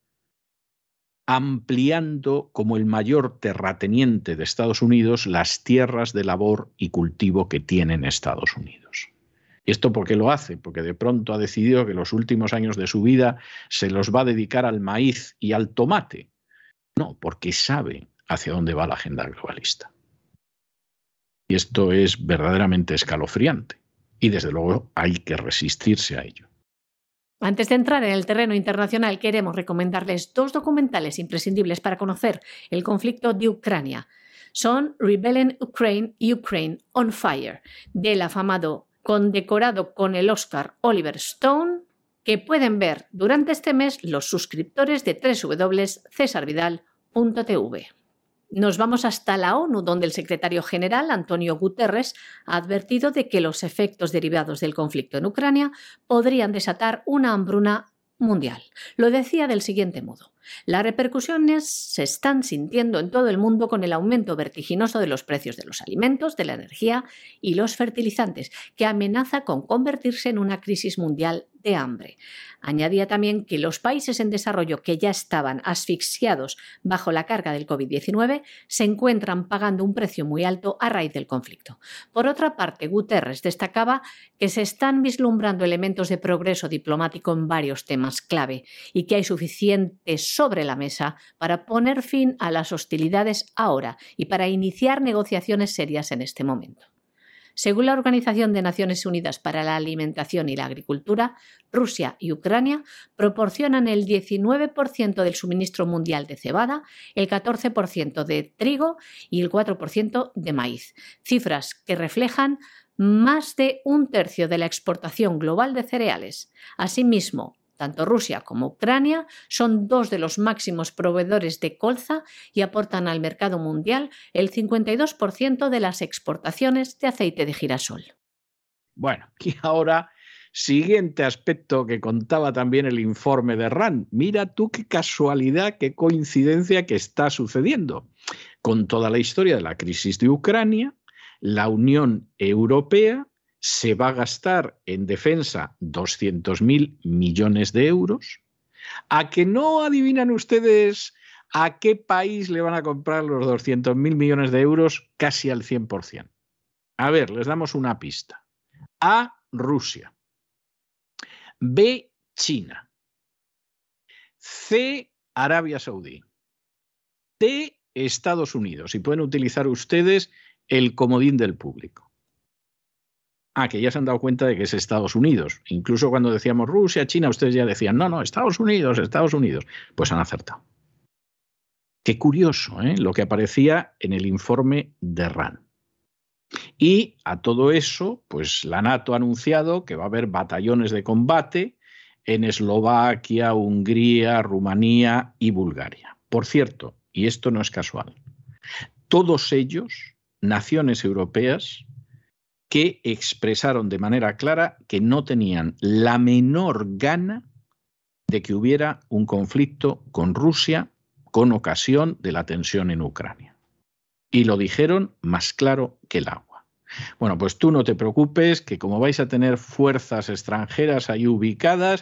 ampliando como el mayor terrateniente de Estados Unidos las tierras de labor y cultivo que tiene en Estados Unidos. ¿Y esto por qué lo hace? Porque de pronto ha decidido que los últimos años de su vida se los va a dedicar al maíz y al tomate. No, porque sabe hacia dónde va la agenda globalista. Y esto es verdaderamente escalofriante. Y desde luego hay que resistirse a ello. Antes de entrar en el terreno internacional, queremos recomendarles 2 documentales imprescindibles para conocer el conflicto de Ucrania. Son Rebelling Ukraine y Ukraine on Fire, del afamado condecorado con el Oscar Oliver Stone, que pueden ver durante este mes los suscriptores de www.cesarvidal.tv. Nos vamos hasta la ONU, donde el secretario general, Antonio Guterres, ha advertido de que los efectos derivados del conflicto en Ucrania podrían desatar una hambruna mundial. Lo decía del siguiente modo: las repercusiones se están sintiendo en todo el mundo con el aumento vertiginoso de los precios de los alimentos, de la energía y los fertilizantes, que amenaza con convertirse en una crisis mundial de hambre. Añadía también que los países en desarrollo que ya estaban asfixiados bajo la carga del COVID-19 se encuentran pagando un precio muy alto a raíz del conflicto. Por otra parte, Guterres destacaba que se están vislumbrando elementos de progreso diplomático en varios temas clave y que hay suficiente sobre la mesa para poner fin a las hostilidades ahora y para iniciar negociaciones serias en este momento. Según la Organización de Naciones Unidas para la Alimentación y la Agricultura, Rusia y Ucrania proporcionan el 19% del suministro mundial de cebada, el 14% de trigo y el 4% de maíz, cifras que reflejan más de 1/3 de la exportación global de cereales. Asimismo, tanto Rusia como Ucrania son 2 de los máximos proveedores de colza y aportan al mercado mundial el 52% de las exportaciones de aceite de girasol. Bueno, y ahora, siguiente aspecto que contaba también el informe de RAND. Mira tú qué casualidad, qué coincidencia que está sucediendo. Con toda la historia de la crisis de Ucrania, la Unión Europea se va a gastar en defensa 200.000 millones de euros. ¿A que no adivinan ustedes a qué país le van a comprar los 200.000 millones de euros casi al 100%? A ver, les damos una pista. A, Rusia. B, China. C, Arabia Saudí. D, Estados Unidos. Y pueden utilizar ustedes el comodín del público. Que ya se han dado cuenta de que es Estados Unidos. Incluso cuando decíamos Rusia, China, ustedes ya decían, no, Estados Unidos. Pues han acertado. Qué curioso, ¿eh? Lo que aparecía en el informe de RAND. Y a todo eso, pues la NATO ha anunciado que va a haber batallones de combate en Eslovaquia, Hungría, Rumanía y Bulgaria. Por cierto, y esto no es casual, todos ellos, naciones europeas, que expresaron de manera clara que no tenían la menor gana de que hubiera un conflicto con Rusia con ocasión de la tensión en Ucrania. Y lo dijeron más claro que el agua. Bueno, pues tú no te preocupes, que como vais a tener fuerzas extranjeras ahí ubicadas,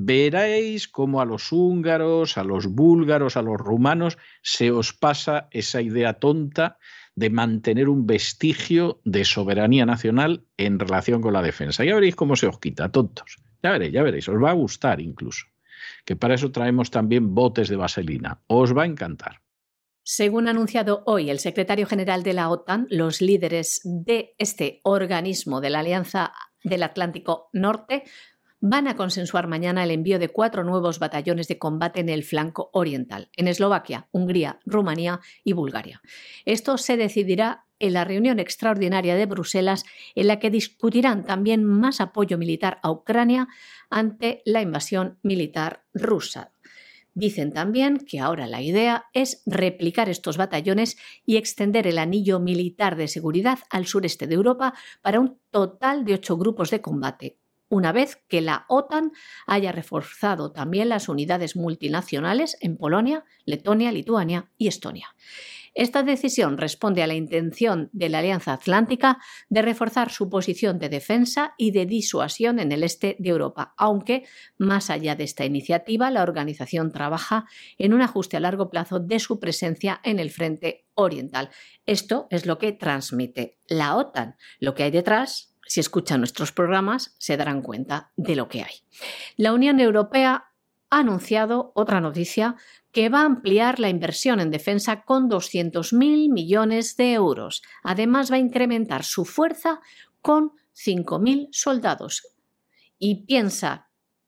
veréis cómo a los húngaros, a los búlgaros, a los rumanos se os pasa esa idea tonta de mantener un vestigio de soberanía nacional en relación con la defensa. Ya veréis cómo se os quita, tontos. Ya veréis, os va a gustar incluso. Que para eso traemos también botes de vaselina. Os va a encantar. Según ha anunciado hoy el secretario general de la OTAN, los líderes de este organismo de la Alianza del Atlántico Norte van a consensuar mañana el envío de 4 nuevos batallones de combate en el flanco oriental, en Eslovaquia, Hungría, Rumanía y Bulgaria. Esto se decidirá en la reunión extraordinaria de Bruselas, en la que discutirán también más apoyo militar a Ucrania ante la invasión militar rusa. Dicen también que ahora la idea es replicar estos batallones y extender el anillo militar de seguridad al sureste de Europa para un total de 8 grupos de combate, una vez que la OTAN haya reforzado también las unidades multinacionales en Polonia, Letonia, Lituania y Estonia. Esta decisión responde a la intención de la Alianza Atlántica de reforzar su posición de defensa y de disuasión en el este de Europa, aunque, más allá de esta iniciativa, la organización trabaja en un ajuste a largo plazo de su presencia en el frente oriental. Esto es lo que transmite la OTAN. Lo que hay detrás, si escuchan nuestros programas, se darán cuenta de lo que hay. La Unión Europea ha anunciado otra noticia, que va a ampliar la inversión en defensa con 200.000 millones de euros. Además, va a incrementar su fuerza con 5.000 soldados. Y piensa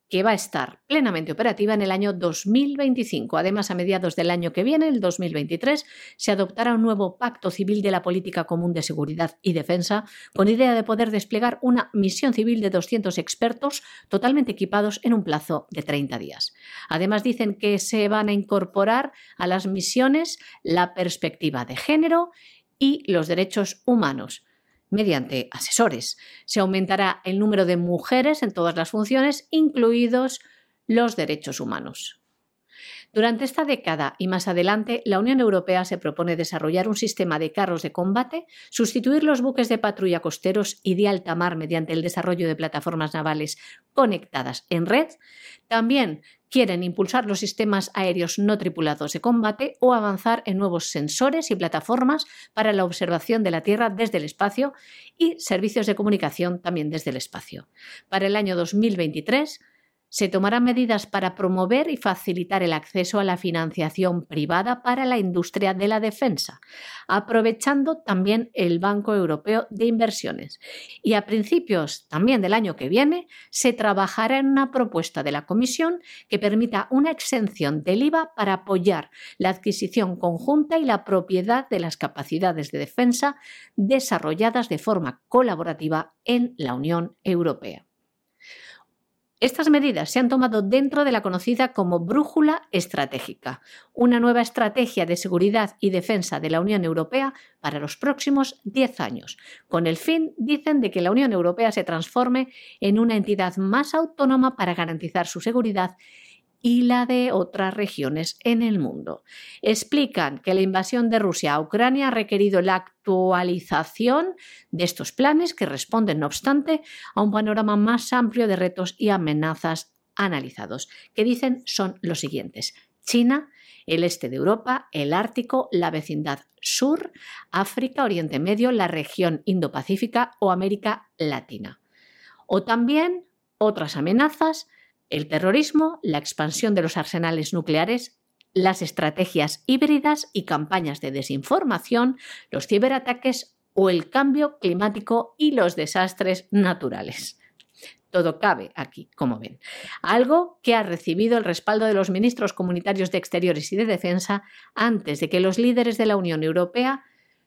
que va a estar plenamente operativa en el año 2025. Además, a mediados del año que viene, el 2023, se adoptará un nuevo Pacto Civil de la Política Común de Seguridad y Defensa, con idea de poder desplegar una misión civil de 200 expertos totalmente equipados en un plazo de 30 días. Además, dicen que se van a incorporar a las misiones la perspectiva de género y los derechos humanos mediante asesores. Se aumentará el número de mujeres en todas las funciones, incluidos los derechos humanos. Durante esta década y más adelante, la Unión Europea se propone desarrollar un sistema de carros de combate, sustituir los buques de patrulla costeros y de alta mar mediante el desarrollo de plataformas navales conectadas en red. También quieren impulsar los sistemas aéreos no tripulados de combate o avanzar en nuevos sensores y plataformas para la observación de la Tierra desde el espacio y servicios de comunicación también desde el espacio. Para el año 2023 se tomarán medidas para promover y facilitar el acceso a la financiación privada para la industria de la defensa, aprovechando también el Banco Europeo de Inversiones. Y a principios también del año que viene se trabajará en una propuesta de la Comisión que permita una exención del IVA para apoyar la adquisición conjunta y la propiedad de las capacidades de defensa desarrolladas de forma colaborativa en la Unión Europea. Estas medidas se han tomado dentro de la conocida como Brújula Estratégica, una nueva estrategia de seguridad y defensa de la Unión Europea para los próximos 10 años, con el fin, dicen, de que la Unión Europea se transforme en una entidad más autónoma para garantizar su seguridad y la de otras regiones en el mundo. Explican que la invasión de Rusia a Ucrania ha requerido la actualización de estos planes que responden, no obstante, a un panorama más amplio de retos y amenazas analizados, que dicen son los siguientes: China, el este de Europa, el Ártico, la vecindad sur, África, Oriente Medio, la región Indo-Pacífica o América Latina. O también otras amenazas: el terrorismo, la expansión de los arsenales nucleares, las estrategias híbridas y campañas de desinformación, los ciberataques o el cambio climático y los desastres naturales. Todo cabe aquí, como ven. Algo que ha recibido el respaldo de los ministros comunitarios de Exteriores y de Defensa antes de que los líderes de la Unión Europea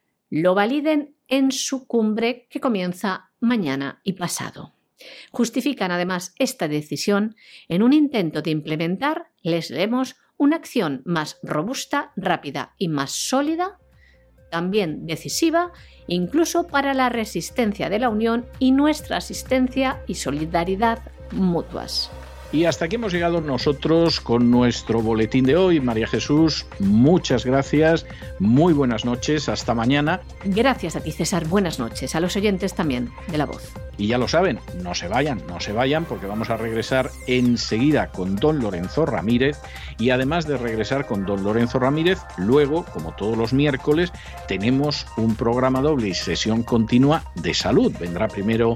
lo validen en su cumbre que comienza mañana y pasado. Justifican además esta decisión en un intento de implementar, les leemos, una acción más robusta, rápida y más sólida, también decisiva, incluso para la resistencia de la Unión y nuestra asistencia y solidaridad mutuas. Y hasta aquí hemos llegado nosotros con nuestro boletín de hoy. María Jesús, muchas gracias, muy buenas noches, hasta mañana. Gracias a ti, César, buenas noches, a los oyentes también de La Voz. Y ya lo saben, no se vayan, porque vamos a regresar enseguida con don Lorenzo Ramírez, y además de regresar con don Lorenzo Ramírez, luego, como todos los miércoles, tenemos un programa doble y sesión continua de salud. Vendrá primero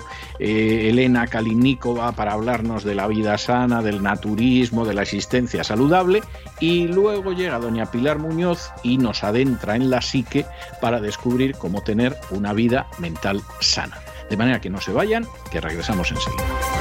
Elena Kalinnikova para hablarnos de la vida sana, del naturismo, de la existencia saludable, y luego llega doña Pilar Muñoz y nos adentra en la psique para descubrir cómo tener una vida mental sana. De manera que no se vayan, que regresamos enseguida.